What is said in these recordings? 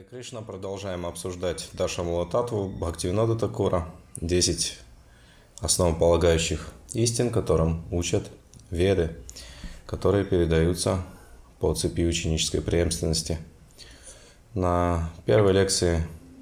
Харе Кришна, продолжаем обсуждать Дашамула Татву Бхактивинода Такура, 10 основополагающих истин, которым учат Веды, которые передаются по цепи ученической преемственности. На первой лекции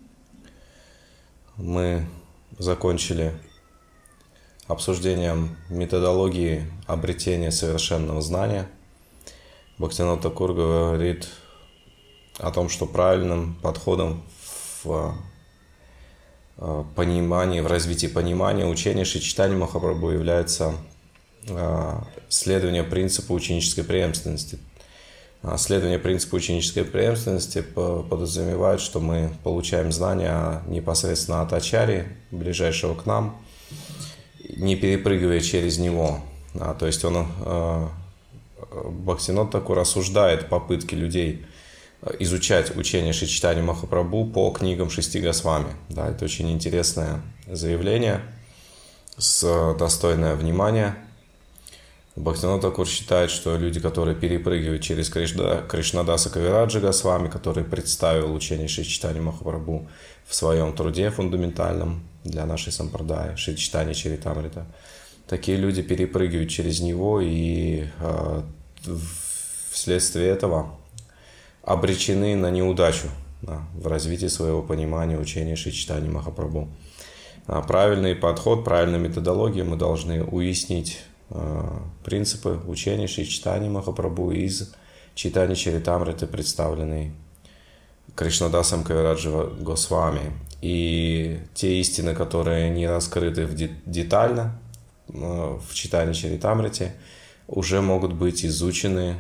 мы закончили обсуждением методологии обретения совершенного знания. Бхактивинод Такур говорит о том, что правильным подходом в понимании, в развитии понимания учения Шри Чайтаньи Махапрабху является следование принципу ученической преемственности. Следование принципу ученической преемственности подразумевает, что мы получаем знания непосредственно от ачарьи, ближайшего к нам, не перепрыгивая через него. То есть Бхактивинод Такур осуждает попытки людей изучать учение Шри Чайтаньи Махапрабху по книгам Шести Госвами. Да, это очень интересное заявление, достойное внимания. Бхактивинод Такур считает, что люди, которые перепрыгивают через Кришнадаса Кавираджа Госвами, который представил учение Шри Чайтаньи Махапрабху в своем труде фундаментальном для нашей сампрадайи, Шри Чайтанья Чаритамрита, такие люди перепрыгивают через него и вследствие этого обречены на неудачу в развитии своего понимания учения Шри Чайтаньи Махапрабху. Правильный подход, правильную методологию мы должны уяснить принципы учения Шри Чайтаньи Махапрабху из Чайтанья Чаритамриты, представленной Кришнадасом Кавираджа Госвами. И те истины, которые не раскрыты детально в Чайтанья Чаритамрите, уже могут быть изучены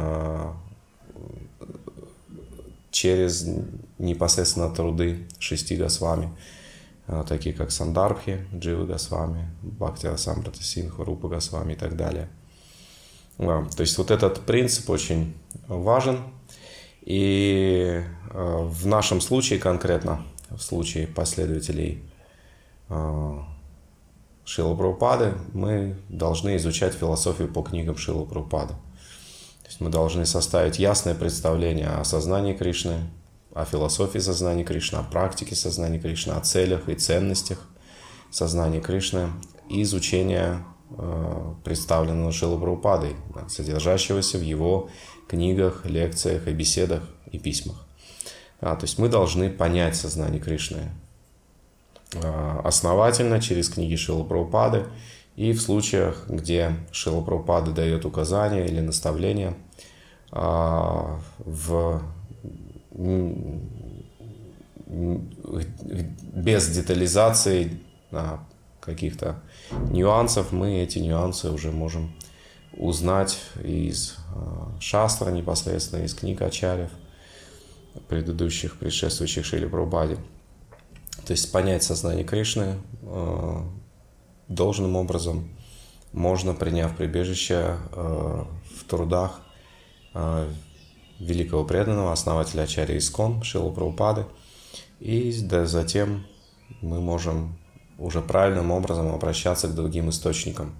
через непосредственно труды Шести Госвами, такие как Сандарбхи, Дживы Госвами, Бхакти Расамрита Синха, Рупа Госвами и так далее. То есть вот этот принцип очень важен. И в нашем случае конкретно, в случае последователей Шрилы Прабхупады, мы должны изучать философию по книгам Шрилы Прабхупады. То есть мы должны составить ясное представление о сознании Кришны, о философии сознания Кришны, о практике сознания Кришны, о целях и ценностях сознания Кришны и изучения представленного Шрилой Прабхупадой, содержащегося в его книгах, лекциях и беседах и письмах. То есть мы должны понять сознание Кришны основательно через книги Шрилы Прабхупады, и в случаях, где Шрила Прабхупада дает указания или наставления без детализации каких-то нюансов, мы эти нюансы уже можем узнать из шастра непосредственно, из книг ачарьев, предыдущих, предшествующих Шриле Прабхупаде. То есть понять сознание Кришны должным образом можно, приняв прибежище в трудах великого преданного, основателя ачарьи Искон, Шрилы Прабхупады, и затем мы можем уже правильным образом обращаться к другим источникам.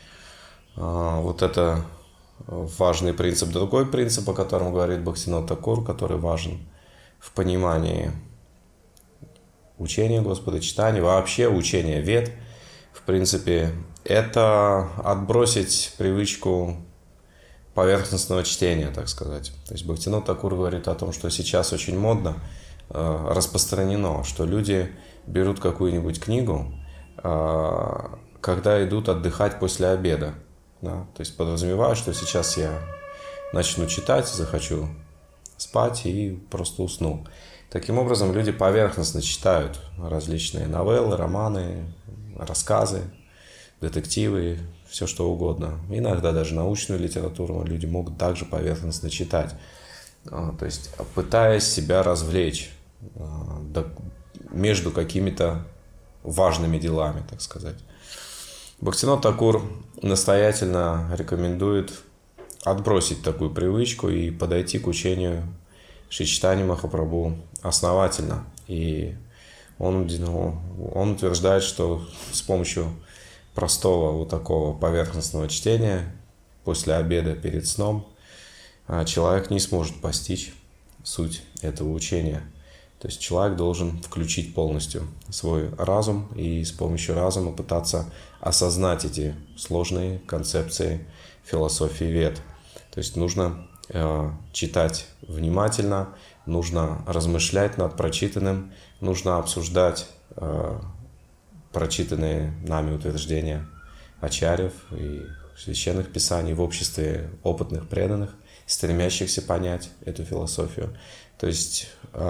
Вот это важный принцип. Другой принцип, о котором говорит Бхактивинод Такур, который важен в понимании учения Господа Чайтаньи, вообще учения Вед, в принципе, это отбросить привычку поверхностного чтения, так сказать. То есть Бхактивинод Такур говорит о том, что сейчас очень модно, распространено, что люди берут какую-нибудь книгу, когда идут отдыхать после обеда. Да? То есть подразумевают, что сейчас я начну читать, захочу спать и просто усну. Таким образом, люди поверхностно читают различные новеллы, романы, рассказы, детективы, все что угодно. Иногда даже научную литературу люди могут также поверхностно читать. То есть пытаясь себя развлечь между какими-то важными делами, так сказать. Бхактивинод Такур настоятельно рекомендует отбросить такую привычку и подойти к учению Шри Чайтаньи Махапрабху основательно. И он утверждает, что с помощью простого вот такого поверхностного чтения после обеда перед сном человек не сможет постичь суть этого учения. То есть человек должен включить полностью свой разум и с помощью разума пытаться осознать эти сложные концепции философии Вед. То есть нужно читать внимательно, нужно размышлять над прочитанным, нужно обсуждать прочитанные нами утверждения ачарьев и священных писаний в обществе опытных преданных, стремящихся понять эту философию. То есть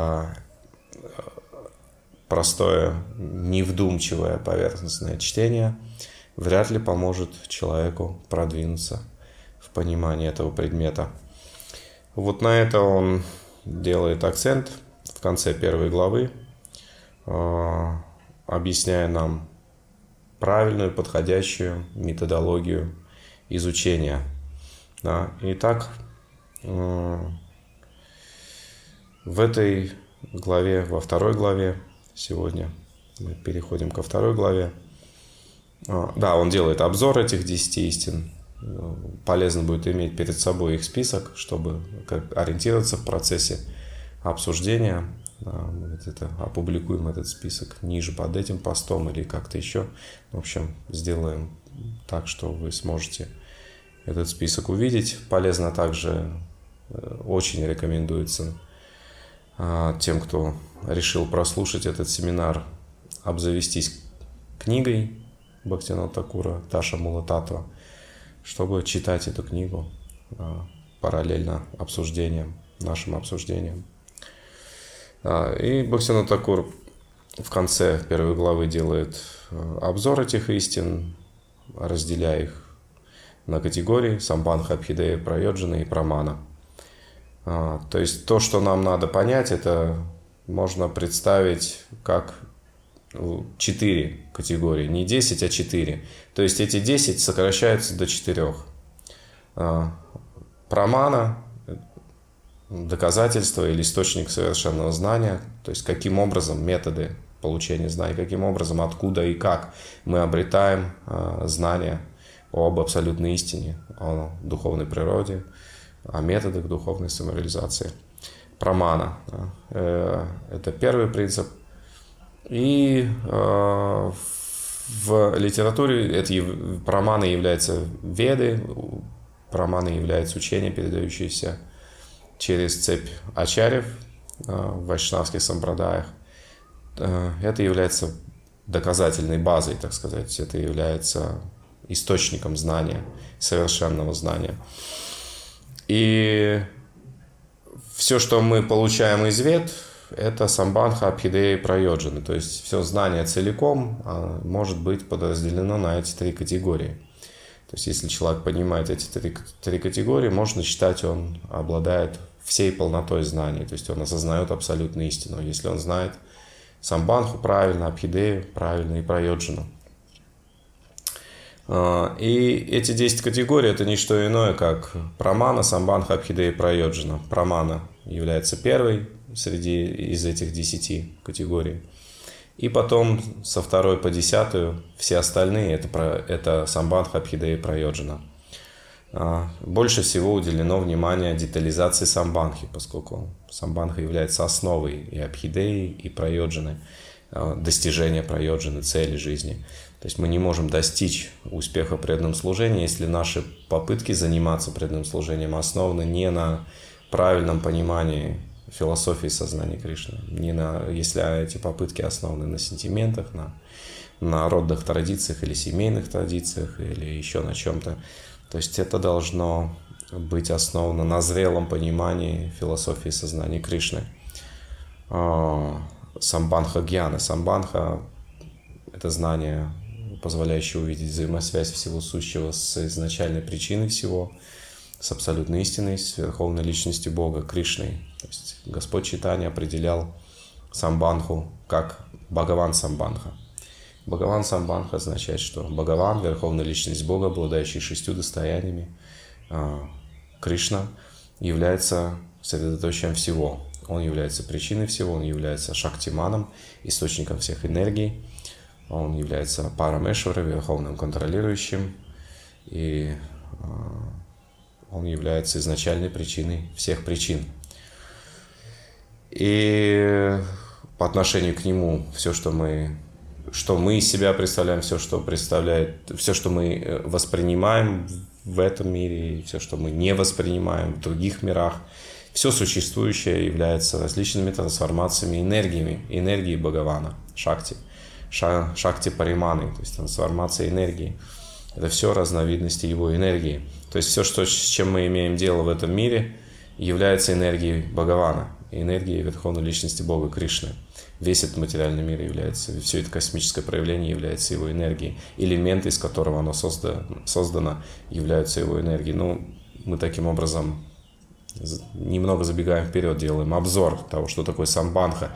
простое, невдумчивое, поверхностное чтение вряд ли поможет человеку продвинуться в понимании этого предмета. Вот на это он делает акцент в конце первой главы, объясняя нам правильную, подходящую методологию изучения. Да. Итак, в этой главе, во второй главе, сегодня мы переходим ко второй главе. Да, он делает обзор этих 10 истин. Полезно будет иметь перед собой их список, чтобы ориентироваться в процессе обсуждения. Мы опубликуем этот список ниже под этим постом или как-то еще. В общем, сделаем так, что вы сможете этот список увидеть. Полезно также, очень рекомендуется тем, кто решил прослушать этот семинар, обзавестись книгой Бхактивинода Thakura «Таша Мула Татва», чтобы читать эту книгу параллельно нашим обсуждениям. И Бхактивинода Thakura в конце первой главы делает обзор этих истин, разделяя их на категории самбандха, абхидея, прайоджана и прамана. То есть то, что нам надо понять, это можно представить как 4 категории, не 10, а 4. То есть эти 10 сокращаются до 4. Прамана – доказательство или источник совершенного знания, то есть каким образом методы получения знаний, каким образом, откуда и как мы обретаем знания об абсолютной истине, о духовной природе, о методах духовной самореализации. Прамана – это первый принцип. И в литературе праманой являются веды, праманой является учение, передающееся через цепь ачарьев в вайшнавских сампрадаях. Это является доказательной базой, так сказать, это является источником знания, совершенного знания. И все, что мы получаем из вед, это самбандха, абхидея и прайоджана. То есть все знание целиком может быть подразделено на эти 3 категории. То есть если человек понимает эти 3 категории, можно считать, он обладает всей полнотой знаний. То есть он осознает абсолютную истину. Если он знает самбандху правильно, абхидею правильно и прайоджану. И эти 10 категорий – это не что иное, как прамана, самбандха, абхидея и прайоджана. Прамана является первой из этих 10 категорий. И потом со 2 по 10 все остальные – это самбандха, абхидея и прайоджана. Больше всего уделено внимание детализации самбандхи, поскольку самбандха является основой и абхидеи, и прайоджаны, достижения прайоджаны, цели жизни. То есть мы не можем достичь успеха в преданном служении, если наши попытки заниматься преданным служением основаны не на правильном понимании философии сознания Кришны, если эти попытки основаны на сентиментах, на народных традициях или семейных традициях, или еще на чем-то. То есть это должно быть основано на зрелом понимании философии сознания Кришны. Самбандха гьяна. Самбандха – это знание, позволяющее увидеть взаимосвязь всего сущего с изначальной причиной всего, с абсолютной истиной, с верховной личностью Бога, Кришной. То есть Господь Чайтанья определял самбандху как Бхагаван Самбандха. Бхагаван Самбандха означает, что Бхагаван, верховная личность Бога, обладающий 6 достояниями, Кришна, является средоточием всего. Он является причиной всего, он является шактиманом, источником всех энергий. Он является парамешварой, верховным контролирующим, и он является изначальной причиной всех причин. И по отношению к Нему все, что мы из себя представляем, все, что мы воспринимаем в этом мире, и все, что мы не воспринимаем в других мирах, все существующее является различными трансформациями энергии Бхагавана, Шакти Париманы, то есть трансформация энергии. Это все разновидности Его энергии. То есть все, с чем мы имеем дело в этом мире, является энергией Бхагавана, энергией Верховной Личности Бога Кришны. Весь этот материальный мир является, все это космическое проявление является Его энергией. Элементы, из которого оно создано, являются Его энергией. Мы таким образом немного забегаем вперед, делаем обзор того, что такое самбандха,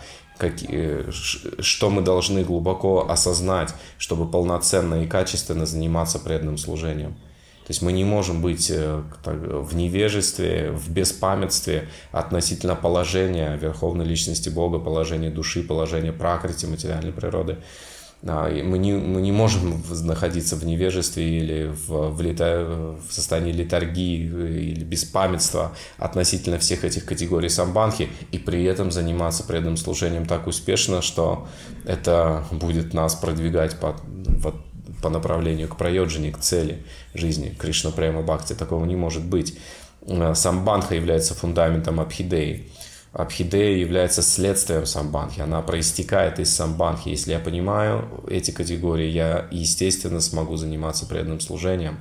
что мы должны глубоко осознать, чтобы полноценно и качественно заниматься преданным служением. То есть мы не можем быть в невежестве, в беспамятстве относительно положения Верховной Личности Бога, положения души, положения пракрити, материальной природы. Мы не можем находиться в невежестве или в состоянии летаргии или беспамятства относительно всех этих категорий самбандхи и при этом заниматься преданным служением так успешно, что это будет нас продвигать по направлению к прайоджане, к цели жизни, Кришна Према Бхакти. Такого не может быть. Самбандха является фундаментом Абхидеи. Абхидея является следствием самбандхи, она проистекает из самбандхи. Если я понимаю эти категории, я, естественно, смогу заниматься преданным служением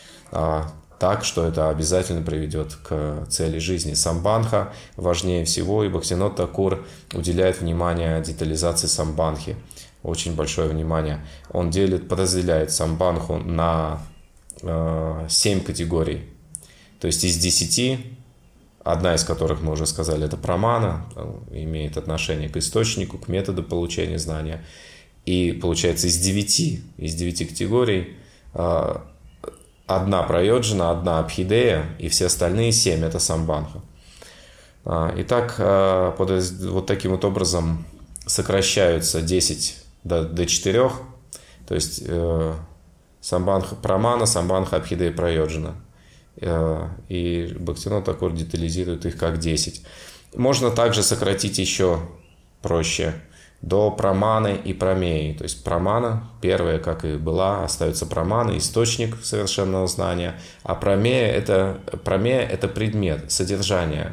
так, что это обязательно приведет к цели жизни. Самбандха важнее всего, и Бхактивинод Тхакур уделяет внимание детализации самбандхи. Очень большое внимание. Он подразделяет самбандху на 7 категорий. То есть из 10, одна из которых, мы уже сказали, это прамана, имеет отношение к источнику, к методу получения знания. И получается из 9 категорий одна прайоджана, одна абхидея, и все остальные 7 это самбандха. Итак, вот таким вот образом сокращаются 10 до 4, то есть самбандха прамана, самбандха, абхидея, прайоджана. И Бхактивинод Тхакур детализирует их как 10. Можно также сократить еще проще до праманы и прамеи. То есть прамана, первая, как и была, остается прамана, источник совершенного знания, а прамея это предмет, содержание,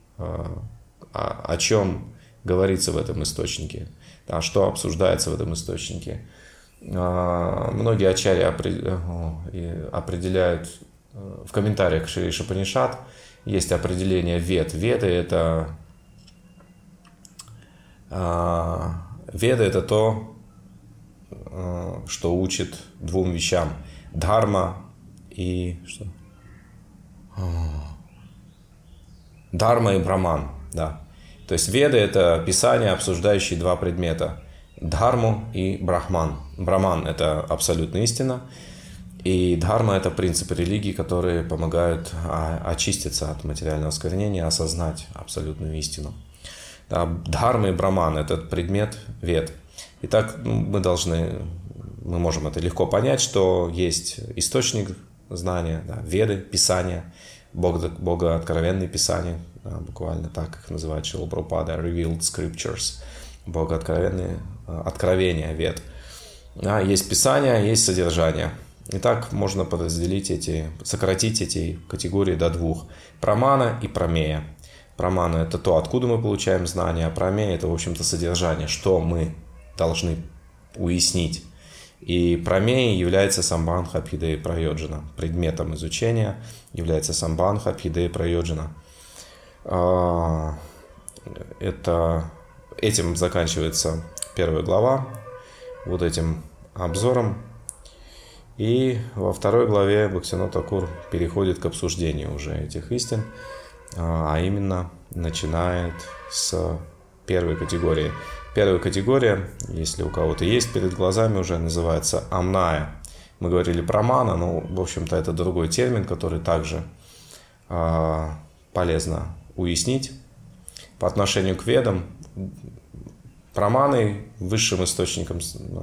о чем говорится в этом источнике, что обсуждается в этом источнике. Многие ачарьи определяют в комментариях к Шри Ишупанишад есть определение вед. Веды это то, что учит 2 вещам: дхарма и что? Дхарма и браман, да. То есть веды это писания, обсуждающие 2 предмета: дхарму и брахман. Браман это абсолютная истина. И дхарма – это принципы религии, которые помогают очиститься от материального осквернения, осознать абсолютную истину. Да, дхарма и браман – это предмет вед. Итак, мы можем это легко понять, что есть источник знания, да, веды, писания, богооткровенные писания, да, буквально так их называют Шрила Прабхупада, revealed scriptures, богооткровенные откровения вед. Да, есть писания, есть содержание. Итак, можно сократить эти категории до 2. Прамана и прамея. Прамана – это то, откуда мы получаем знания, а прамея – это, в общем-то, содержание, что мы должны уяснить. И прамеей является самбандха, абхидея, прайоджана. Предметом изучения является самбандха, абхидея, прайоджана. Этим заканчивается 1 глава, вот этим обзором. И во 2 главе Бхактивинод Тхакур переходит к обсуждению уже этих истин, а именно начинает с 1 категории. 1 категория, если у кого-то есть перед глазами, уже называется амная. Мы говорили про мана, но, в общем-то, это другой термин, который также полезно уяснить. По отношению к ведам, праманой, высшим источником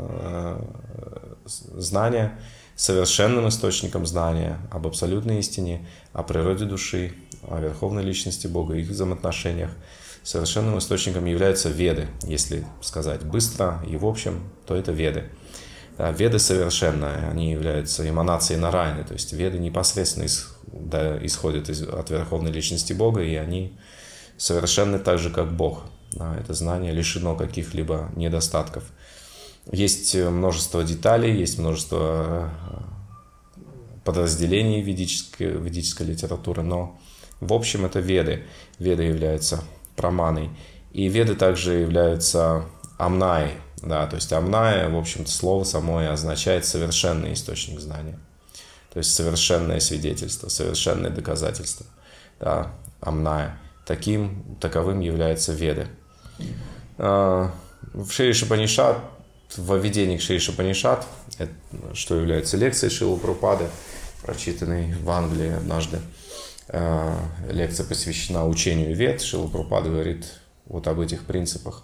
знания, совершенным источником знания об абсолютной истине, о природе души, о Верховной Личности Бога, их взаимоотношениях совершенным источником являются Веды. Если сказать быстро и в общем, то это Веды. Веды совершенные, они являются эманацией Нараяны, то есть Веды непосредственно исходят от Верховной Личности Бога, и они совершенны так же, как Бог. Это знание лишено каких-либо недостатков. Есть множество деталей, есть множество подразделений ведической литературы, но в общем это Веды. Веды являются праманой. И Веды также являются амнаей. Да, то есть амная, в общем-то, слово само и означает совершенный источник знания. То есть совершенное свидетельство, совершенное доказательство. Да, амная. Таковым являются Веды. В Шри Ишупанишад, в введении к Шри Ишупанишад, что является лекцией Шрилы Прабхупады, прочитанной в Англии однажды, лекция посвящена учению Вед. Шрила Прабхупада говорит вот об этих принципах.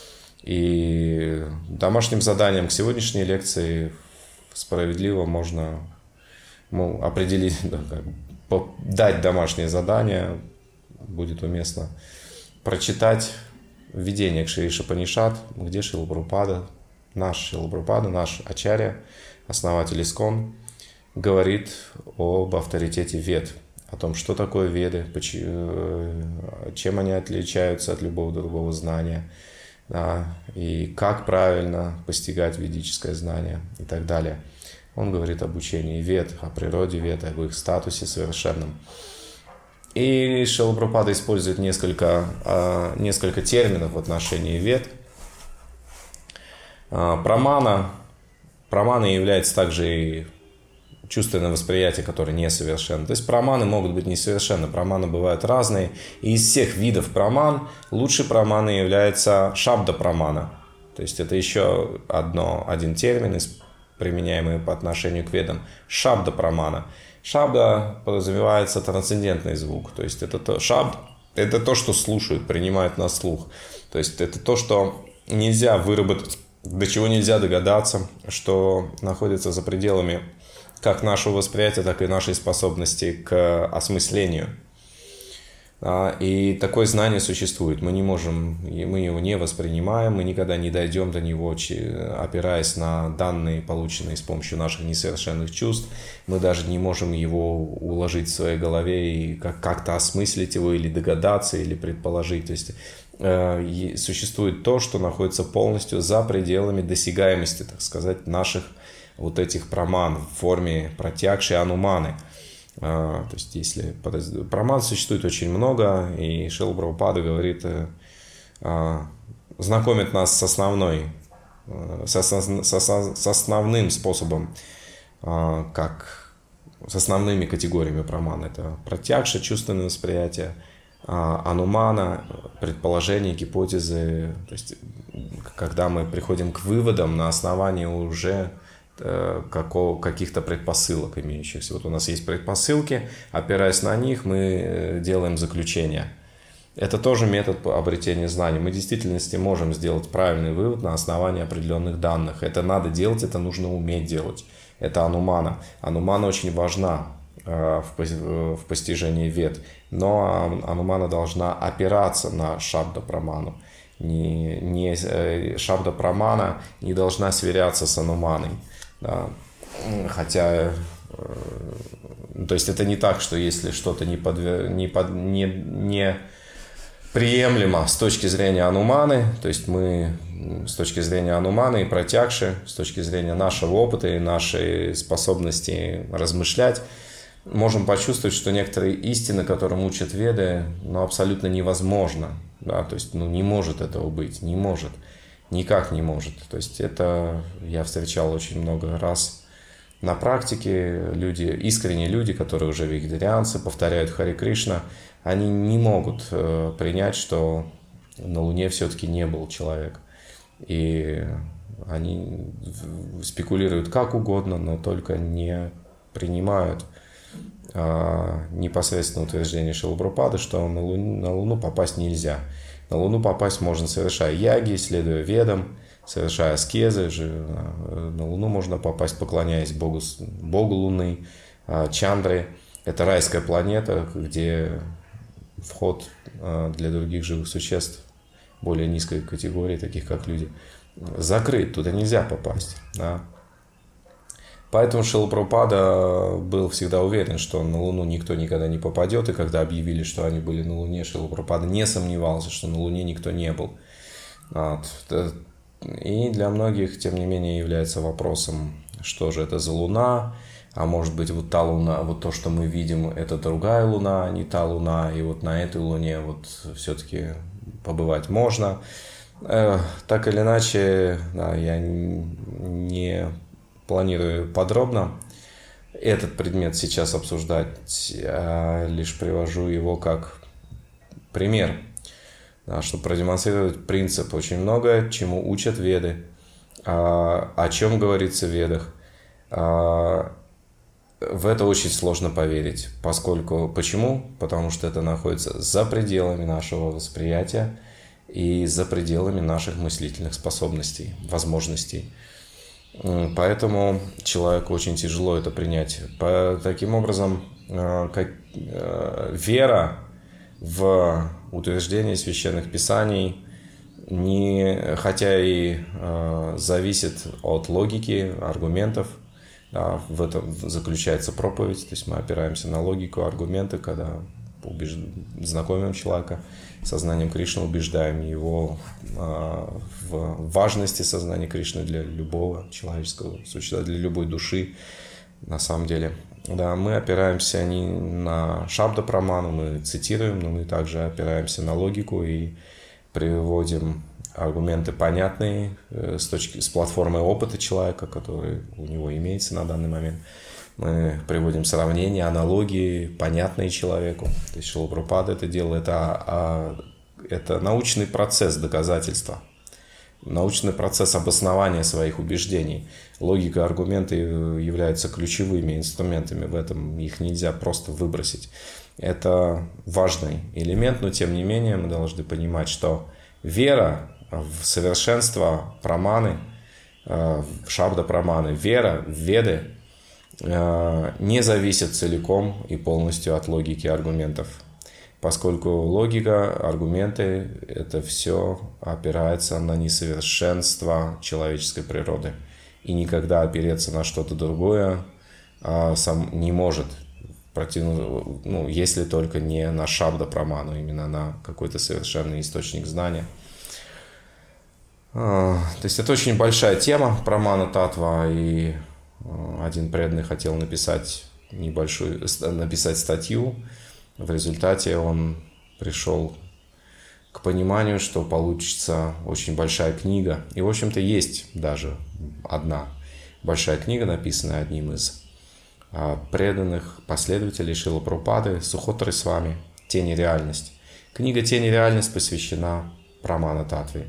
И домашним заданием к сегодняшней лекции справедливо можно определить, дать домашнее задание, будет уместно прочитать введение к Шри Ишупанишад, где Шрила Прабхупада, наш ачарья, основатель Искон, говорит об авторитете Вед, о том, что такое Веды, чем они отличаются от любого другого знания, да, и как правильно постигать ведическое знание и так далее. Он говорит об учении Вед, о природе Вед, об их статусе совершенном. И Шрила Прабхупада использует несколько терминов в отношении Вед. Прамана является также и чувственное восприятие, которое несовершенно. То есть праманы могут быть несовершенны, праманы бывают разные. И из всех видов праман лучшей праманой является шабда прамана. То есть это еще один термин, применяемый по отношению к Ведам. Шабда прамана. Шабда подразумевается трансцендентный звук. То есть это то, что слушают, принимают на слух. То есть это то, что нельзя выработать, до чего нельзя догадаться, что находится за пределами как нашего восприятия, так и нашей способности к осмыслению. И такое знание существует. Мы его не воспринимаем, мы никогда не дойдем до него, опираясь на данные, полученные с помощью наших несовершенных чувств. Мы даже не можем его уложить в своей голове и как-то осмыслить его, или догадаться, или предположить. То есть существует то, что находится полностью за пределами досягаемости, так сказать, наших вот этих праман в форме протягшей ануманы. То есть, если праман существует очень много, и Шрила Прабхупада говорит, знакомит нас с основным способом, с основными категориями праман. Это протягша, чувственное восприятие, анумана, предположения, гипотезы. То есть, когда мы приходим к выводам на основании уже каких-то предпосылок имеющихся. Вот у нас есть предпосылки, опираясь на них, мы делаем заключение. Это тоже метод обретения знаний. Мы в действительности можем сделать правильный вывод на основании определенных данных. Это надо делать, это нужно уметь делать. Это анумана. Анумана очень важна в постижении Вед, но анумана должна опираться на шабда-праману. Шабда-прамана не должна сверяться с ануманой. Да. Хотя, то есть это не так, что если что-то неприемлемо с точки зрения ануманы, то есть мы с точки зрения ануманы и протягши, с точки зрения нашего опыта и нашей способности размышлять, можем почувствовать, что некоторые истины, которым учат Веды, абсолютно невозможно. Да? То есть не может этого быть, не может. Никак не может. То есть это я встречал очень много раз на практике. Искренние люди, которые уже вегетарианцы, повторяют Харе Кришна, они не могут принять, что на Луне все-таки не был человек. И они спекулируют как угодно, но только не принимают непосредственно утверждение Шрилы Прабхупады, что на Луну попасть нельзя. На Луну попасть можно, совершая яги, следуя Ведам, совершая аскезы. На Луну можно попасть, поклоняясь Богу Луны, Чандре. Это райская планета, где вход для других живых существ более низкой категории, таких как люди, закрыт, туда нельзя попасть. Да? Поэтому Шрила Прабхупада был всегда уверен, что на Луну никто никогда не попадет, и когда объявили, что они были на Луне, Шрила Прабхупада не сомневался, что на Луне никто не был. Вот. И для многих, тем не менее, является вопросом, что же это за Луна, а может быть, вот та Луна, вот то, что мы видим, это другая Луна, а не та Луна, и вот на этой Луне вот все-таки побывать можно. Так или иначе, да, я не планирую подробно этот предмет сейчас обсуждать, лишь привожу его как пример, да, чтобы продемонстрировать принцип. Очень многое, чему учат Веды, о чем говорится в Ведах. В это очень сложно поверить, поскольку... Почему? Потому что это находится за пределами нашего восприятия и за пределами наших мыслительных способностей, возможностей. Поэтому человеку очень тяжело это принять. Таким образом, вера в утверждение священных писаний, хотя и зависит от логики, аргументов, да, в этом заключается проповедь, то есть мы опираемся на логику, аргументы, когда знакомим человека с сознанием Кришны, убеждаем его в важности сознания Кришны для любого человеческого существа, для любой души, на самом деле. Да, мы опираемся не на шабда-праману, мы цитируем, но мы также опираемся на логику и приводим аргументы понятные с платформы опыта человека, который у него имеется на данный момент. Мы приводим сравнения, аналогии, понятные человеку. То есть Шрила Прабхупада это делает. Это научный процесс доказательства, научный процесс обоснования своих убеждений. Логика и аргументы являются ключевыми инструментами в этом. Их нельзя просто выбросить. Это важный элемент, но тем не менее мы должны понимать, что вера в совершенство праманы, в шабда-праманы, вера в Веды не зависит целиком и полностью от логики и аргументов, поскольку логика, аргументы – это все опирается на несовершенство человеческой природы. И никогда опереться на что-то другое сам не может, если только не на шабда-праману, именно на какой-то совершенный источник знания. То есть это очень большая тема, прамана татва, и один преданный хотел написать статью. В результате он пришел к пониманию, что получится очень большая книга. И, в общем-то, есть даже одна большая книга, написанная одним из преданных последователей Шрилы Прабхупады, Сухотары Свами, «Тень и реальность». Книга «Тень и реальность» посвящена прамана татве,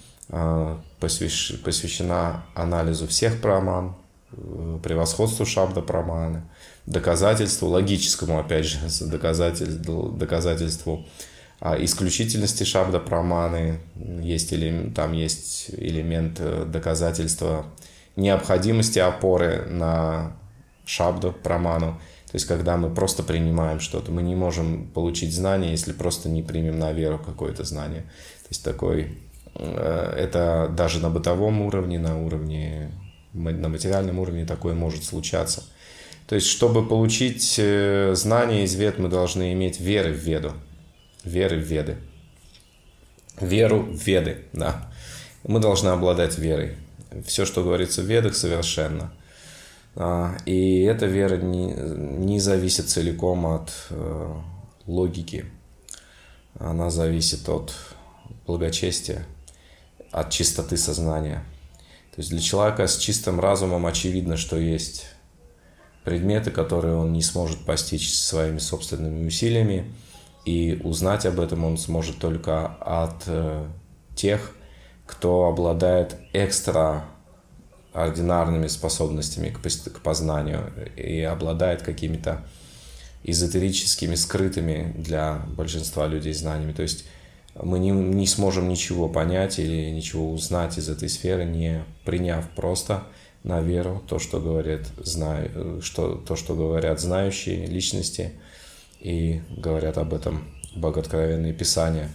посвящена анализу всех праман, превосходству шабда-праманы, доказательству, логическому, опять же, доказательству исключительности шабда-праманы. Там есть элемент доказательства необходимости опоры на шабда-праману. То есть, когда мы просто принимаем что-то, мы не можем получить знание, если просто не примем на веру какое-то знание. То есть, это даже на бытовом уровне, на материальном уровне такое может случаться. То есть, чтобы получить знания из Вед, мы должны иметь веру в Веду. Веру в Веды. Веру в Веды, да. Мы должны обладать верой. Все, что говорится в Ведах, совершенно. И эта вера не зависит целиком от логики. Она зависит от благочестия, от чистоты сознания. То есть для человека с чистым разумом очевидно, что есть предметы, которые он не сможет постичь своими собственными усилиями, и узнать об этом он сможет только от тех, кто обладает экстраординарными способностями к познанию и обладает какими-то эзотерическими, скрытыми для большинства людей знаниями. То есть мы не сможем ничего понять или ничего узнать из этой сферы, не приняв просто на веру то, что говорят знающие личности и говорят об этом богооткровенные писания.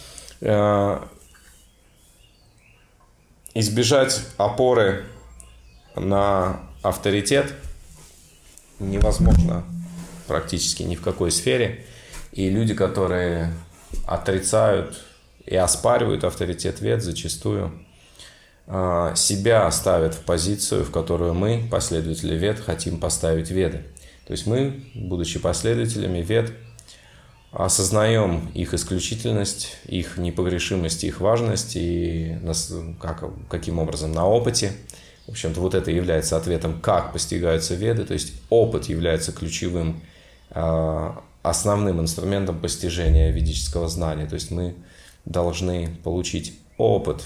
Избежать опоры на авторитет невозможно практически ни в какой сфере. И люди, которые отрицают и оспаривают авторитет вед, зачастую себя ставят в позицию, в которую мы, последователи вед, хотим поставить веды. То есть мы, будучи последователями вед, осознаем их исключительность, их непогрешимость, их важность, и каким образом на опыте. В общем-то, вот это является ответом, как постигаются веды. То есть опыт является ключевым, основным инструментом постижения ведического знания. То есть мы должны получить опыт,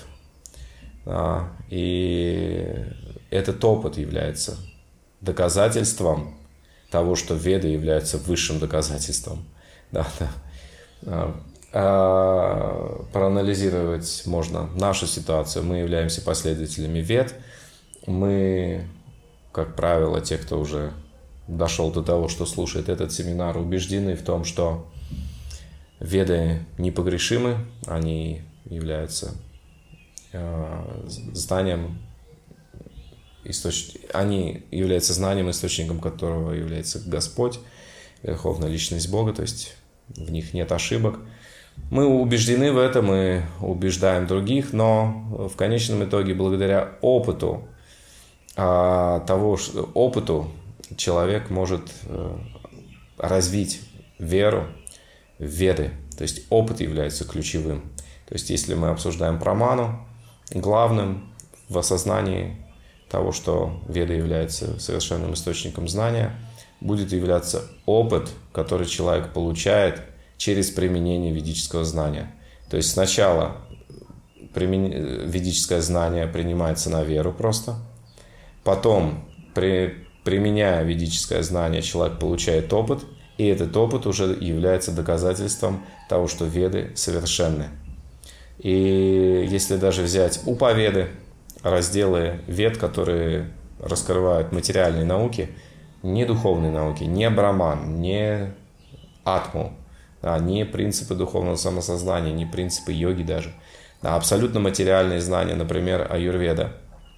и этот опыт является доказательством того, что веды являются высшим доказательством. Проанализировать можно нашу ситуацию. Мы являемся последователями вед. Мы, как правило, те, кто уже дошел до того, что слушает этот семинар, убеждены в том, что веды непогрешимы, они являются знанием, они являются знанием, источником которого является Господь, Верховная Личность Бога, то есть в них нет ошибок. Мы убеждены в этом и убеждаем других, но в конечном итоге, благодаря опыту, опыту человек может развить веру в веды. То есть опыт является ключевым. То есть если мы обсуждаем праману, главным в осознании того, что веда является совершенным источником знания, будет являться опыт, который человек получает через применение ведического знания. То есть сначала ведическое знание принимается на веру просто, потом, применяя ведическое знание, человек получает опыт, и этот опыт уже является доказательством того, что веды совершенны. И если даже взять Упаведы, разделы вед, которые раскрывают материальные науки, не духовные науки, не браман, не атму, не принципы духовного самосознания, не принципы йоги даже, абсолютно материальные знания, например, аюрведа,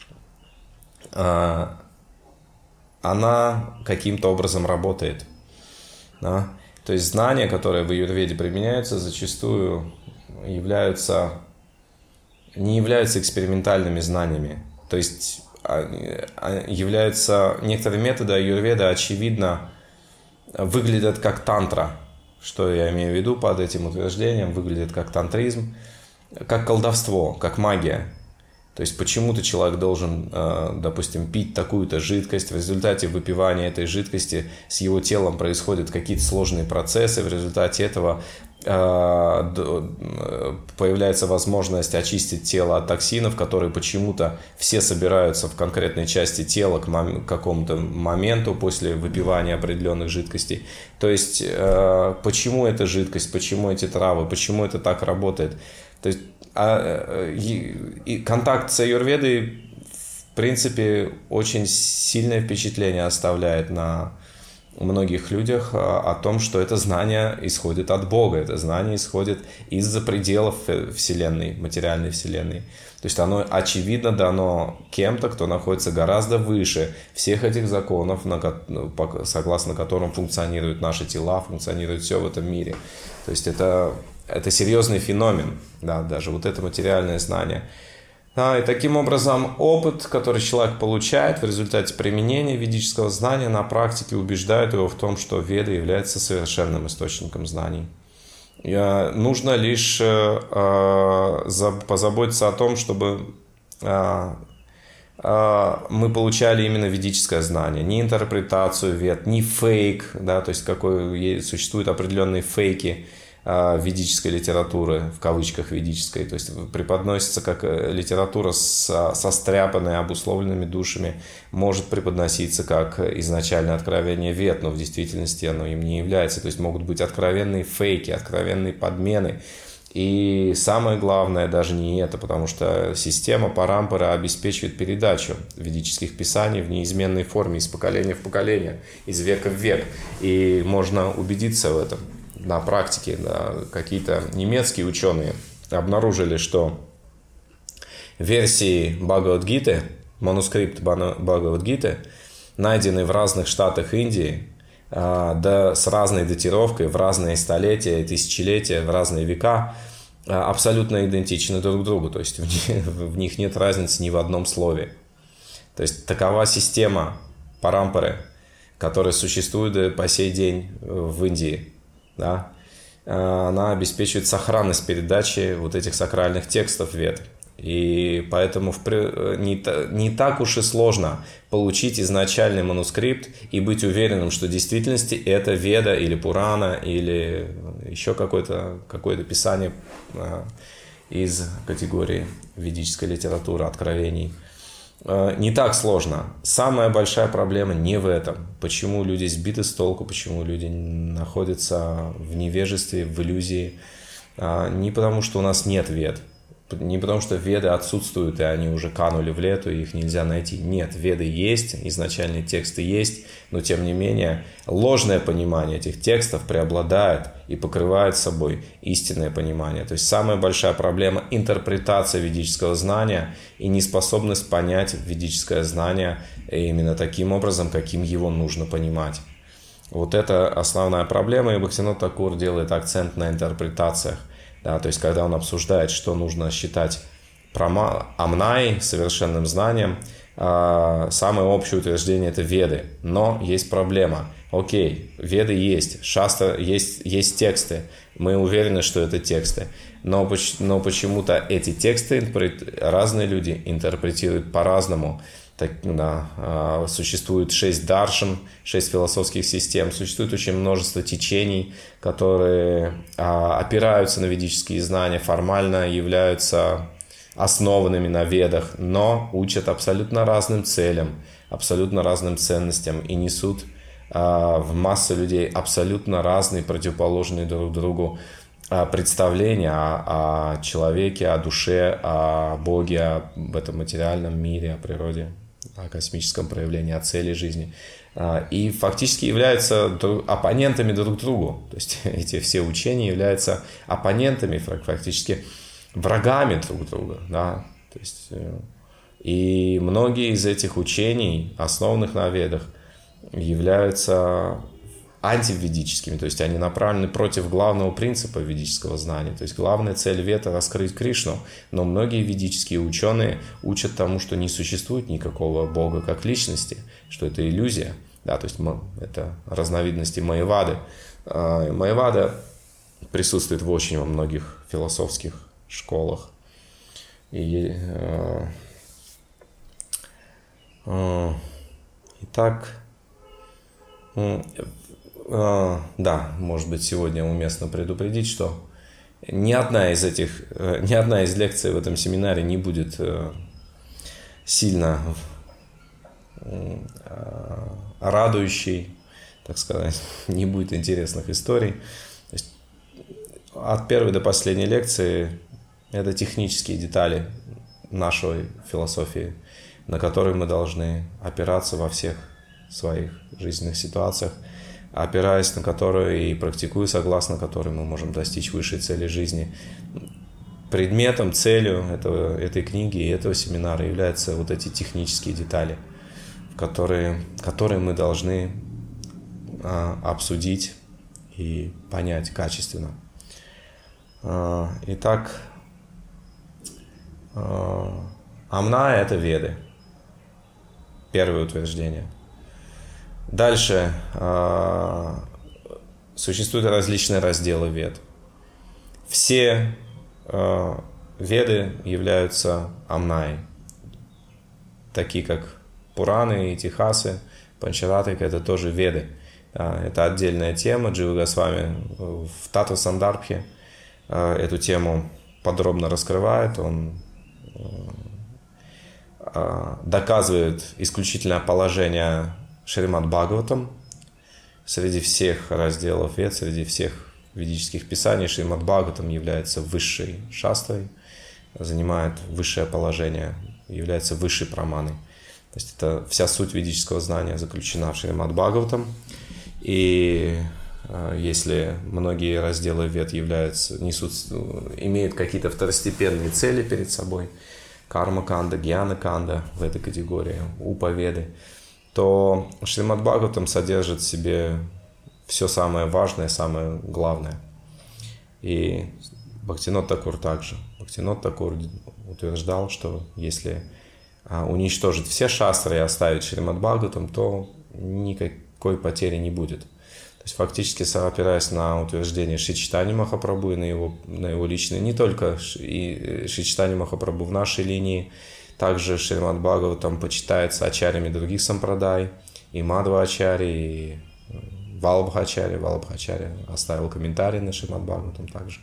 она каким-то образом работает. То есть знания, которые в аюрведе применяются, зачастую не являются экспериментальными знаниями. То есть являются некоторые методы аюрведа, очевидно, выглядят как тантра. Что я имею в виду под этим утверждением? Выглядит как тантризм, как колдовство, как магия. То есть почему-то человек должен, допустим, пить такую-то жидкость. В результате выпивания этой жидкости с его телом происходят какие-то сложные процессы. В результате этого появляется возможность очистить тело от токсинов, которые почему-то все собираются в конкретной части тела к какому-то моменту после выпивания определенных жидкостей. То есть почему эта жидкость, почему эти травы, почему это так работает. То есть и контакт с аюрведой, в принципе, очень сильное впечатление оставляет на многих людях о том, что это знание исходит от Бога, это знание исходит из-за пределов Вселенной, материальной Вселенной. То есть оно очевидно дано кем-то, кто находится гораздо выше всех этих законов, согласно которым функционируют наши тела, функционирует все в этом мире. То есть это серьезный феномен, даже вот это материальное знание. И таким образом опыт, который человек получает в результате применения ведического знания на практике, убеждает его в том, что веда является совершенным источником знаний. Нужно лишь позаботиться о том, чтобы мы получали именно ведическое знание, не интерпретацию вед, не фейк, то есть существуют определенные фейки ведической литературы, в кавычках ведической, то есть преподносится как литература состряпанная обусловленными душами, может преподноситься как изначальное откровение вед, но в действительности оно им не является, то есть могут быть откровенные фейки, откровенные подмены. И самое главное даже не это, потому что система парампара обеспечивает передачу ведических писаний в неизменной форме из поколения в поколение, из века в век, и можно убедиться в этом. на практике, да, какие-то немецкие ученые обнаружили, что версии Бхагавад-гиты, манускрипт Бхагавад-гиты, найденные в разных штатах Индии, да, с разной датировкой, в разные столетия, тысячелетия, в разные века, абсолютно идентичны друг другу. То есть в них нет разницы ни в одном слове. То есть такова система парампары, которая существует по сей день в Индии. Да? Она обеспечивает сохранность передачи вот этих сакральных текстов Вед. И поэтому не так уж и сложно получить изначальный манускрипт и быть уверенным, что в действительности это Веда или Пурана или еще какое-то писание из категории ведической литературы, откровений. Не так сложно. Самая большая проблема не в этом. Почему люди сбиты с толку, почему люди находятся в невежестве, в иллюзии. Не потому, что у нас нет Вед. Не потому, что Веды отсутствуют, и они уже канули в лету, и их нельзя найти. Нет, Веды есть, изначальные тексты есть, но тем не менее ложное понимание этих текстов преобладает и покрывает собой истинное понимание. То есть самая большая проблема – интерпретация ведического знания и неспособность понять ведическое знание именно таким образом, каким его нужно понимать. Вот это основная проблема, и Бхактивинод Такур делает акцент на интерпретациях. Да, то есть, когда он обсуждает, что нужно считать амнай, совершенным знанием, самое общее утверждение – это Веды. Но есть проблема. Окей, Веды есть, Шастра есть тексты. Мы уверены, что это тексты. Но почему-то эти тексты разные люди интерпретируют по-разному. Существует 6 даршан, 6 философских систем, существует очень множество течений, которые опираются на ведические знания, формально являются основанными на Ведах, но учат абсолютно разным целям, абсолютно разным ценностям и несут в массы людей абсолютно разные, противоположные друг другу представления о человеке, о душе, о Боге, об этом материальном мире, о природе, о космическом проявлении, о цели жизни. И фактически являются оппонентами друг другу. То есть эти все учения являются оппонентами, фактически врагами друг друга. Да? То есть, и многие из этих учений, основанных на Ведах, являются антиведическими, то есть они направлены против главного принципа ведического знания. То есть главная цель Вед – раскрыть Кришну, но многие ведические ученые учат тому, что не существует никакого Бога как личности, что это иллюзия. Да, то есть это разновидности Майявады. Майявада присутствует в очень во многих философских школах. Итак, да, может быть, сегодня уместно предупредить, что ни одна из лекций в этом семинаре не будет сильно радующей, так сказать, не будет интересных историй. То есть от первой до последней лекции это технические детали нашей философии, на которые мы должны опираться во всех своих жизненных ситуациях, опираясь на которые и практикуя, согласно которой мы можем достичь высшей цели жизни. Предметом, целью этой книги и этого семинара являются вот эти технические детали, которые мы должны обсудить и понять качественно. Итак, Амна – это Веды. Первое утверждение. Дальше существуют различные разделы Вед. Все Веды являются Амнай, такие как Пураны, Итихасы, Панчаратика – это тоже Веды. Это отдельная тема. Джива Госвами в Татва Сандарбхе эту тему подробно раскрывает. Он доказывает исключительное положение Шримад Бхагаватам. Среди всех разделов Вед, среди всех ведических писаний Шримад Бхагаватам является высшей шастрой, занимает высшее положение, является высшей праманой. То есть это вся суть ведического знания заключена в Шримад Бхагаватам. И если многие разделы Вед имеют какие-то второстепенные цели перед собой, карма-канда, гьяна-канда в этой категории, упа-веды, то Шримад Бхагаватам содержит в себе все самое важное, самое главное. И Бхактивинод Такур также. Бхактивинод Такур утверждал, что если уничтожить все шастры и оставить Шримад Бхагаватам, то никакой потери не будет. То есть фактически, опираясь на утверждение Шри Чайтаньи Махапрабху и на его личные, не только и Шри Чайтаньи Махапрабху в нашей линии, также Шримад Бхагаватам почитается ачарьями других сампрадай, и Мадхва Ачарья, и Валабха Ачарья. Валабха Ачарья оставил комментарий на Шримад Бхагаватам также.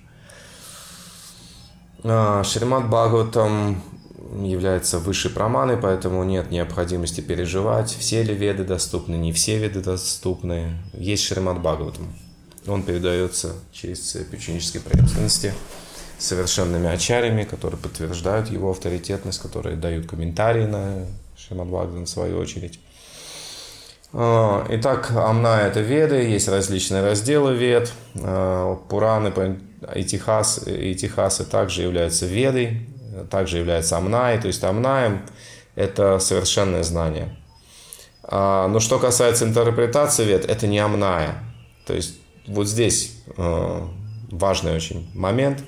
Шримад Бхагаватам является высшей праманой, поэтому нет необходимости переживать, все ли веды доступны, не все веды доступны. Есть Шримад Бхагаватам. Он передается через цепь ученической преемственности совершенными ачарьями, которые подтверждают его авторитетность, которые дают комментарии на Шримад Бхагаватам в свою очередь. Итак, Амна — это веды, есть различные разделы вед, Пураны, Итихасы также являются ведой, также является Амнаей, то есть Амнаем — это совершенное знание. Но что касается интерпретации вед, это не Амная. То есть вот здесь важный очень момент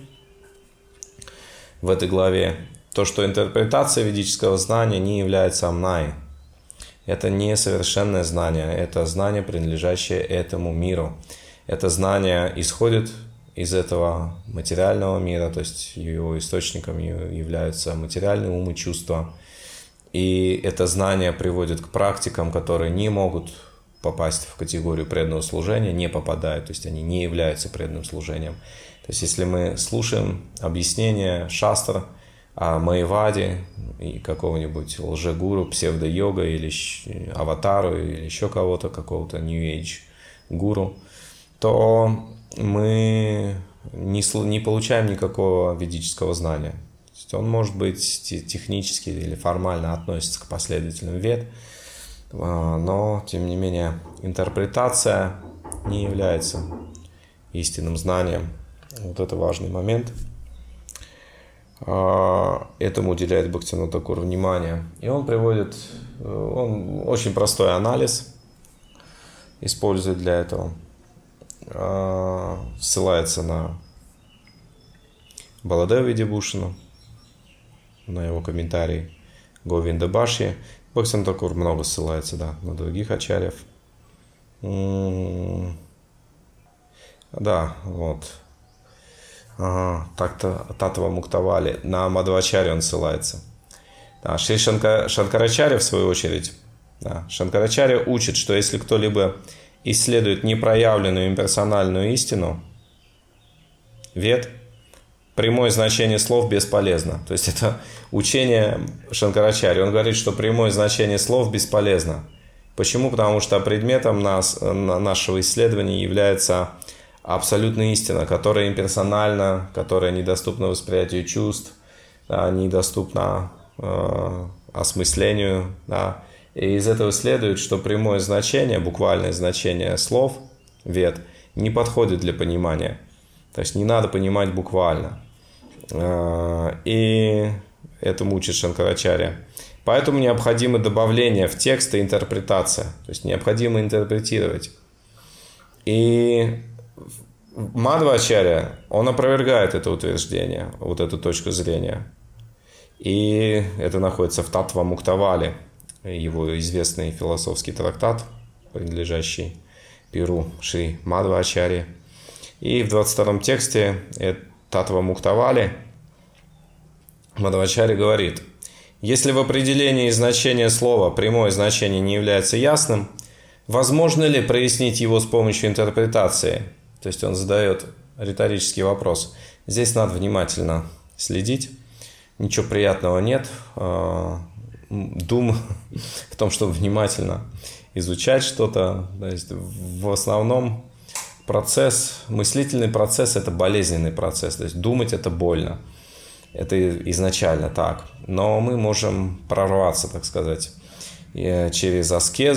в этой главе, то, что интерпретация ведического знания не является Амнаей. Это не совершенное знание, это знание, принадлежащее этому миру. Это знание исходит из этого материального мира, то есть его источником являются материальные ум и чувства. И это знание приводит к практикам, которые не могут попасть в категорию преданного служения, не попадают, то есть они не являются преданным служением. То есть если мы слушаем объяснение шастр о Майяваде и какого-нибудь лжегуру, псевдо-йога или аватару, или еще кого-то, какого-то New Age гуру, то мы не получаем никакого ведического знания. То есть он может быть технически или формально относится к последователям вед, но, тем не менее, интерпретация не является истинным знанием. Вот это важный момент. Этому уделяет Бхактивинод Такур внимание. И он очень простой анализ использует для этого. Ссылается на Баладева Видибушину, на его комментарий Говинда Башьи. Бхактивинод Такур много ссылается, на других ачарьев. Да, вот. Татва Муктавали. На Мадхвачарью он ссылается. Шри Шанкарачарья, в свою очередь, Шанкарачарья учит, что если кто-либо исследует непроявленную имперсональную истину вед, прямое значение слов бесполезно. То есть это учение Шанкарачарьи. Он говорит, что прямое значение слов бесполезно. Почему? Потому что предметом нашего исследования является абсолютная истина, которая имперсональна, которая недоступна восприятию чувств, недоступна осмыслению. И из этого следует, что прямое значение, буквальное значение слов, вед, не подходит для понимания. То есть не надо понимать буквально. И этому учит Шанкарачарья. Поэтому необходимо добавление в текст и интерпретация. То есть необходимо интерпретировать. И Мадхва-ачарья, он опровергает это утверждение, вот эту точку зрения. И это находится в Татва Муктавали, его известный философский трактат, принадлежащий Пиру Шри Мадхва-ачарьи. И в 22-м тексте Татва Муктавали Мадхва-ачарья говорит: если в определении значения слова прямое значение не является ясным, возможно ли прояснить его с помощью интерпретации? То есть он задает риторический вопрос. Здесь надо внимательно следить. Ничего приятного нет. Дум в том, чтобы внимательно изучать что-то. То есть в основном мыслительный процесс – это болезненный процесс. То есть думать – это больно. Это изначально так. Но мы можем прорваться, так сказать, через аскезу,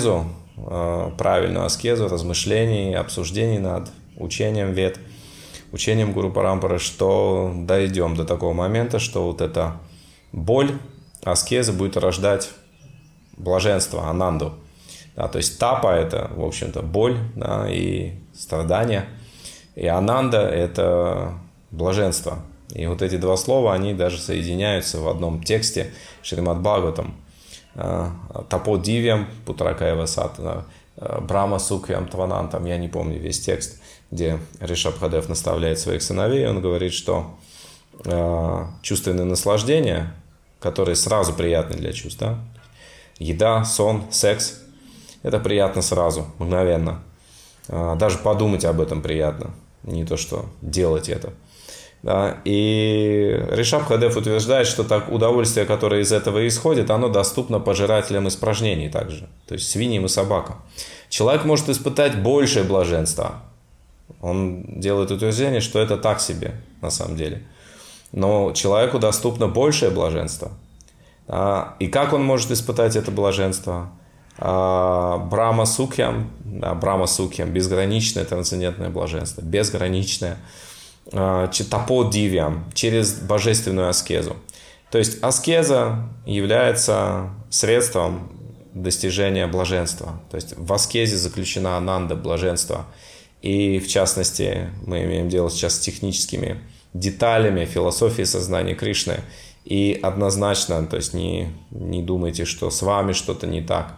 правильную аскезу, размышлений, обсуждений над учением Вед, учением Гуру Парампары, что дойдем до такого момента, что вот эта боль аскезы будет рождать блаженство, ананду. Да, то есть тапа – это, в общем-то, боль, да, и страдания, и ананда – это блаженство. И вот эти два слова, они даже соединяются в одном тексте Шримад Бхагаватам. Тапо дивьям путракаева сатана, брама сукьям тванантам, я не помню весь текст, где Ришабхадев наставляет своих сыновей, он говорит, что чувственные наслаждения, которые сразу приятны для чувств, да? Еда, сон, секс, это приятно сразу, мгновенно. Даже подумать об этом приятно, не то что делать это. Да? И Ришабхадев утверждает, что так удовольствие, которое из этого исходит, оно доступно пожирателям испражнений также, то есть свиньям и собакам. Человек может испытать большее блаженство. Он делает утверждение, что это так себе на самом деле. Но человеку доступно большее блаженство. И как он может испытать это блаженство? Брама сукьям, безграничное трансцендентное блаженство, безграничное. Тапо дивьям, через божественную аскезу. То есть аскеза является средством достижения блаженства. То есть в аскезе заключена ананда, блаженство. И в частности мы имеем дело сейчас с техническими деталями философии сознания Кришны. И однозначно, то есть не думайте, что с вами что-то не так.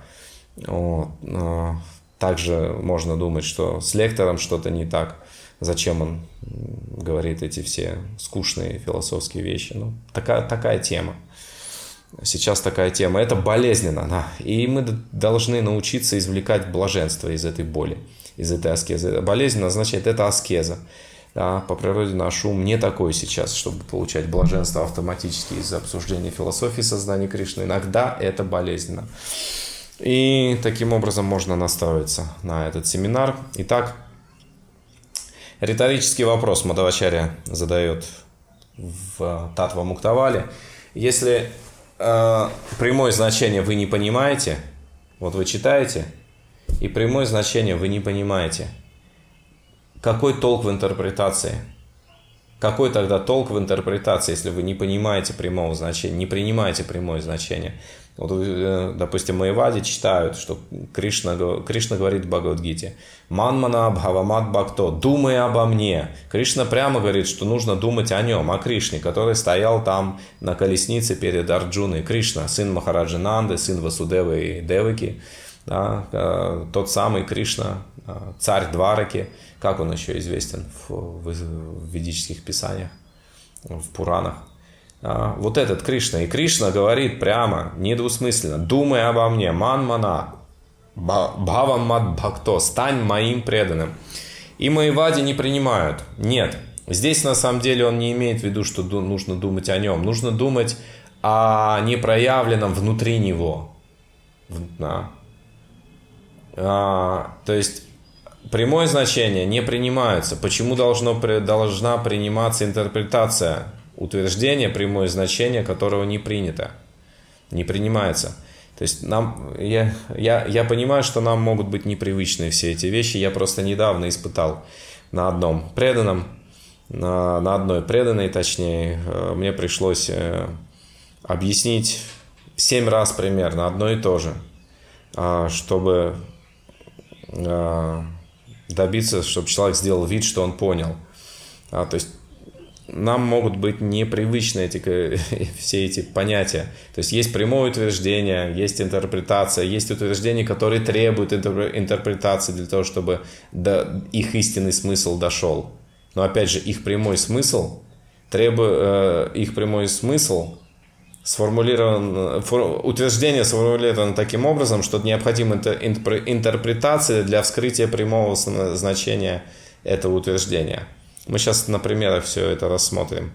Также можно думать, что с лектором что-то не так. Зачем он говорит эти все скучные философские вещи? Ну, такая тема. Сейчас такая тема. Это болезненно. Да? И мы должны научиться извлекать блаженство из этой боли, из этой аскезы. Болезненно означает, это аскеза. Да? По природе наш ум не такой сейчас, чтобы получать блаженство автоматически из-за обсуждения философии сознания Кришны. Иногда это болезненно. И таким образом можно настроиться на этот семинар. Итак, риторический вопрос Мадхвачарья задает в Татва Муктавале. Если прямое значение вы не понимаете, вот вы читаете, и прямое значение вы не понимаете, какой толк в интерпретации? Какой тогда толк в интерпретации, если вы не понимаете прямого значения, не принимаете прямое значение? Вот, допустим, Майявади читают, что Кришна говорит в Бхагавад-гите: «Манмана бхавамат бхакто», «думай обо мне». Кришна прямо говорит, что нужно думать о нем, о Кришне, который стоял там на колеснице перед Арджуной. Кришна, сын Махараджи Нанды, сын Васудевы и Деваки, да, тот самый Кришна, царь Двараки, как он еще известен в ведических писаниях, в Пуранах. Вот этот Кришна. И Кришна говорит прямо, недвусмысленно: «Думай обо мне, манмана, бхавам мат бхакто, стань моим преданным». И Майявади не принимают. Нет, здесь на самом деле он не имеет в виду, что нужно думать о нем. Нужно думать о непроявленном внутри него. Да. То есть прямое значение не принимается. Почему должна приниматься интерпретация утверждения, прямое значение которого не принято, не принимается? То есть я понимаю, что нам могут быть непривычны все эти вещи. Я просто недавно испытал на одном преданном, на одной преданной, точнее, мне пришлось объяснить 7 раз примерно одно и то же, чтобы добиться, чтобы человек сделал вид, что он понял. То есть нам могут быть непривычны все эти понятия. То есть есть прямое утверждение, есть интерпретация, есть утверждения, которые требуют интерпретации для того, чтобы их истинный смысл дошел. Но опять же, их прямой смысл утверждение сформулировано таким образом, что необходима интерпретация для вскрытия прямого значения этого утверждения. Мы сейчас на примерах все это рассмотрим.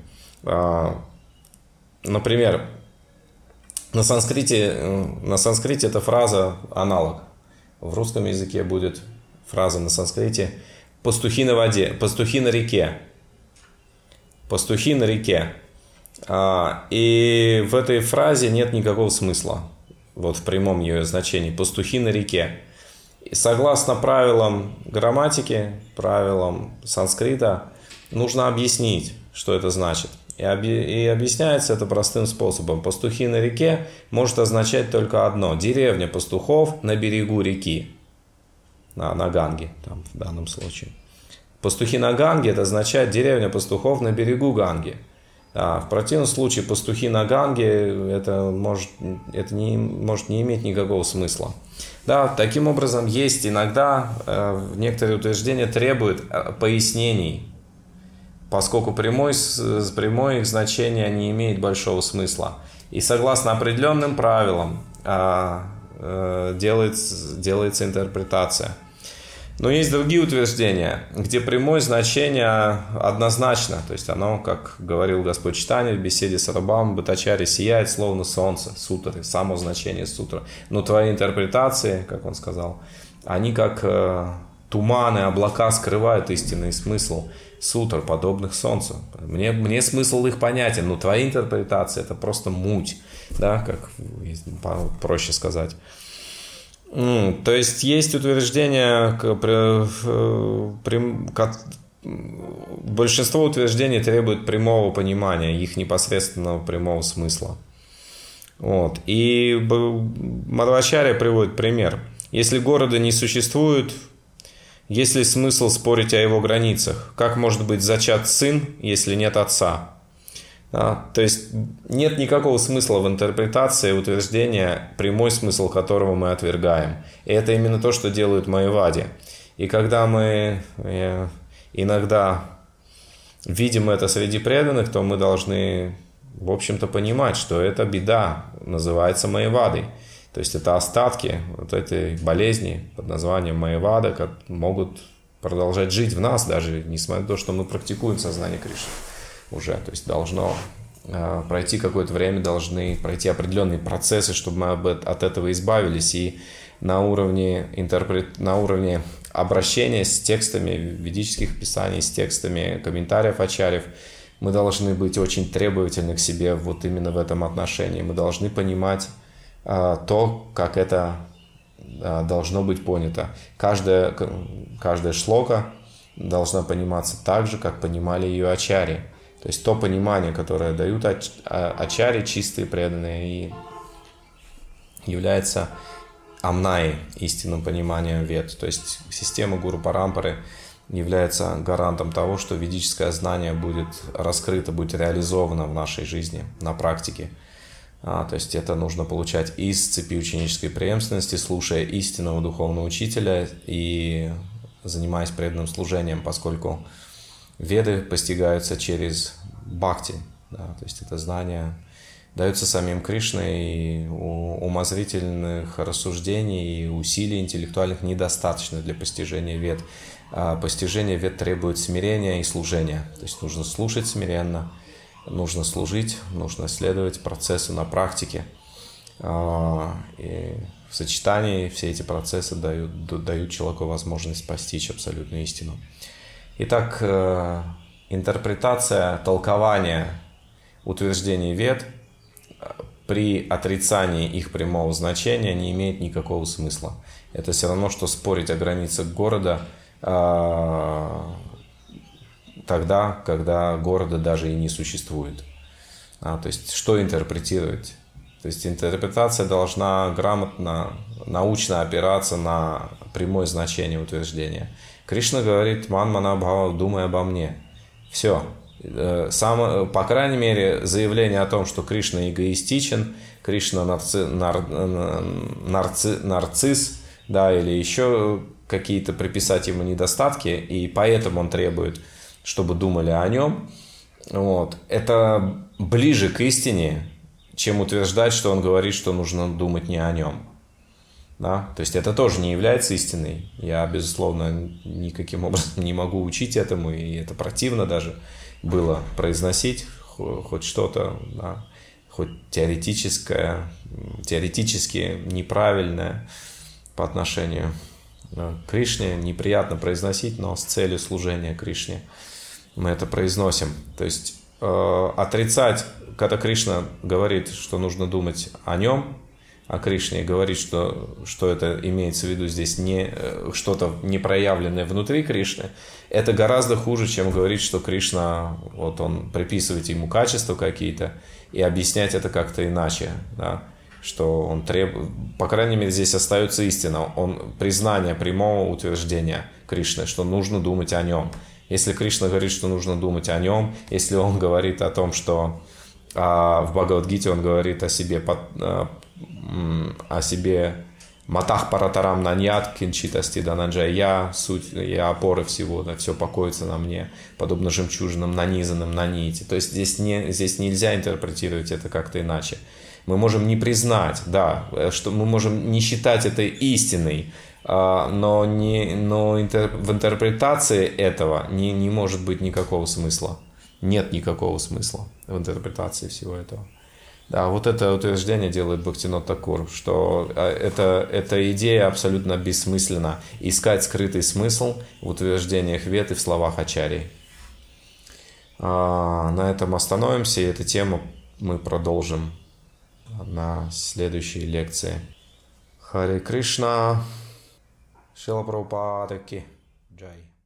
Например, на санскрите эта фраза аналог. В русском языке будет фраза на санскрите «пастухи на воде», «пастухи на реке». «Пастухи на реке». И в этой фразе нет никакого смысла. Вот в прямом ее значении. «Пастухи на реке». И согласно правилам грамматики, правилам санскрита, нужно объяснить, что это значит. И объясняется это простым способом. Пастухи на реке может означать только одно. Деревня пастухов на берегу реки. На Ганге, там, в данном случае. Пастухи на Ганге, это означает деревня пастухов на берегу Ганги. А в противном случае пастухи на Ганге, это может не иметь никакого смысла. Да, таким образом, есть иногда некоторые утверждения требуют пояснений, поскольку прямое их значение не имеет большого смысла. И согласно определенным правилам делается интерпретация. Но есть другие утверждения, где прямое значение однозначно, то есть оно, как говорил Господь Чайтанья в беседе с Рабхамом Бхаттачарьей, сияет словно солнце, сутры, само значение сутры. Но твои интерпретации, как он сказал, они как туманы, облака скрывают истинный смысл сутр, подобных солнцу. Мне смысл их понятен, но твои интерпретации это просто муть, да, как проще сказать. То есть утверждения, большинство утверждений требует прямого понимания, их непосредственного прямого смысла. Вот. И Мадхвачарья приводит пример. Если города не существует, есть ли смысл спорить о его границах? Как может быть зачат сын, если нет отца? Да, то есть нет никакого смысла в интерпретации утверждения, прямой смысл которого мы отвергаем. И это именно то, что делают майявади. И когда мы иногда видим это среди преданных, то мы должны, в общем-то, понимать, что это беда, называется майявадой. То есть это остатки вот этой болезни под названием майявада, как могут продолжать жить в нас, даже несмотря на то, что мы практикуем сознание Кришны. Уже, то есть должно пройти какое-то время, должны пройти определенные процессы, чтобы мы от этого избавились. И на уровне обращения с текстами ведических писаний, с текстами комментариев ачарьев, мы должны быть очень требовательны к себе вот именно в этом отношении. Мы должны понимать то, как это должно быть понято. Каждая шлока должна пониматься так же, как понимали ее ачарьи. То есть то понимание, которое дают ачарьи, чистые преданные, и является амнаей, истинным пониманием вед. То есть система Гуру Парампары является гарантом того, что ведическое знание будет раскрыто, будет реализовано в нашей жизни, на практике. То есть это нужно получать из цепи ученической преемственности, слушая истинного духовного учителя и занимаясь преданным служением, поскольку веды постигаются через бхакти, да, то есть это знание дается самим Кришной, и умозрительных рассуждений и усилий интеллектуальных недостаточно для постижения вед. Постижение вед требует смирения и служения, то есть нужно слушать смиренно, нужно служить, нужно следовать процессу на практике. И в сочетании все эти процессы дают человеку возможность постичь абсолютную истину. Итак, интерпретация, толкование утверждений вед при отрицании их прямого значения не имеет никакого смысла. Это все равно, что спорить о границах города тогда, когда города даже и не существует. То есть, что интерпретировать? То есть, интерпретация должна грамотно, научно опираться на прямое значение утверждения. Кришна говорит: «Ман мана бхава», думай обо мне. Все. По крайней мере, заявление о том, что Кришна эгоистичен, Кришна нарцисс, да, или еще какие-то приписать ему недостатки, и поэтому он требует, чтобы думали о нем. Вот. Это ближе к истине, чем утверждать, что он говорит, что нужно думать не о нем. Да? То есть это тоже не является истиной. Я, безусловно, никаким образом не могу учить этому, и это противно даже было произносить хоть что-то, да, хоть теоретически неправильное по отношению к Кришне. Неприятно произносить, но с целью служения Кришне мы это произносим. То есть отрицать, когда Кришна говорит, что нужно думать о нем, о Кришне и говорит, что это имеется в виду здесь не что-то не проявленное внутри Кришны, это гораздо хуже, чем говорить, что Кришна, вот он приписывает ему качества какие-то и объяснять это как-то иначе, да? Что он требует, по крайней мере, здесь остается истина, признание прямого утверждения Кришны, что нужно думать о нем. Если Кришна говорит, что нужно думать о нем, если он говорит о том, что в Бхагавад-гите он говорит о себе матах паратарам наньят кинчитасти дананджай, я суть, я опора всего, да, все покоится на мне, подобно жемчужинам, нанизанным на нити. То есть здесь нельзя интерпретировать это как-то иначе. Мы можем не признать, да, что мы можем не считать это истиной, но в интерпретации этого не может быть никакого смысла. Нет никакого смысла в интерпретации всего этого. Да, вот это утверждение делает Бхактинот Такур, что эта идея абсолютно бессмысленна. Искать скрытый смысл в утверждениях Вед и в словах Ачарьи. На этом остановимся, и эту тему мы продолжим на следующей лекции. Харе Кришна, Шрила Прабхупада ки джай.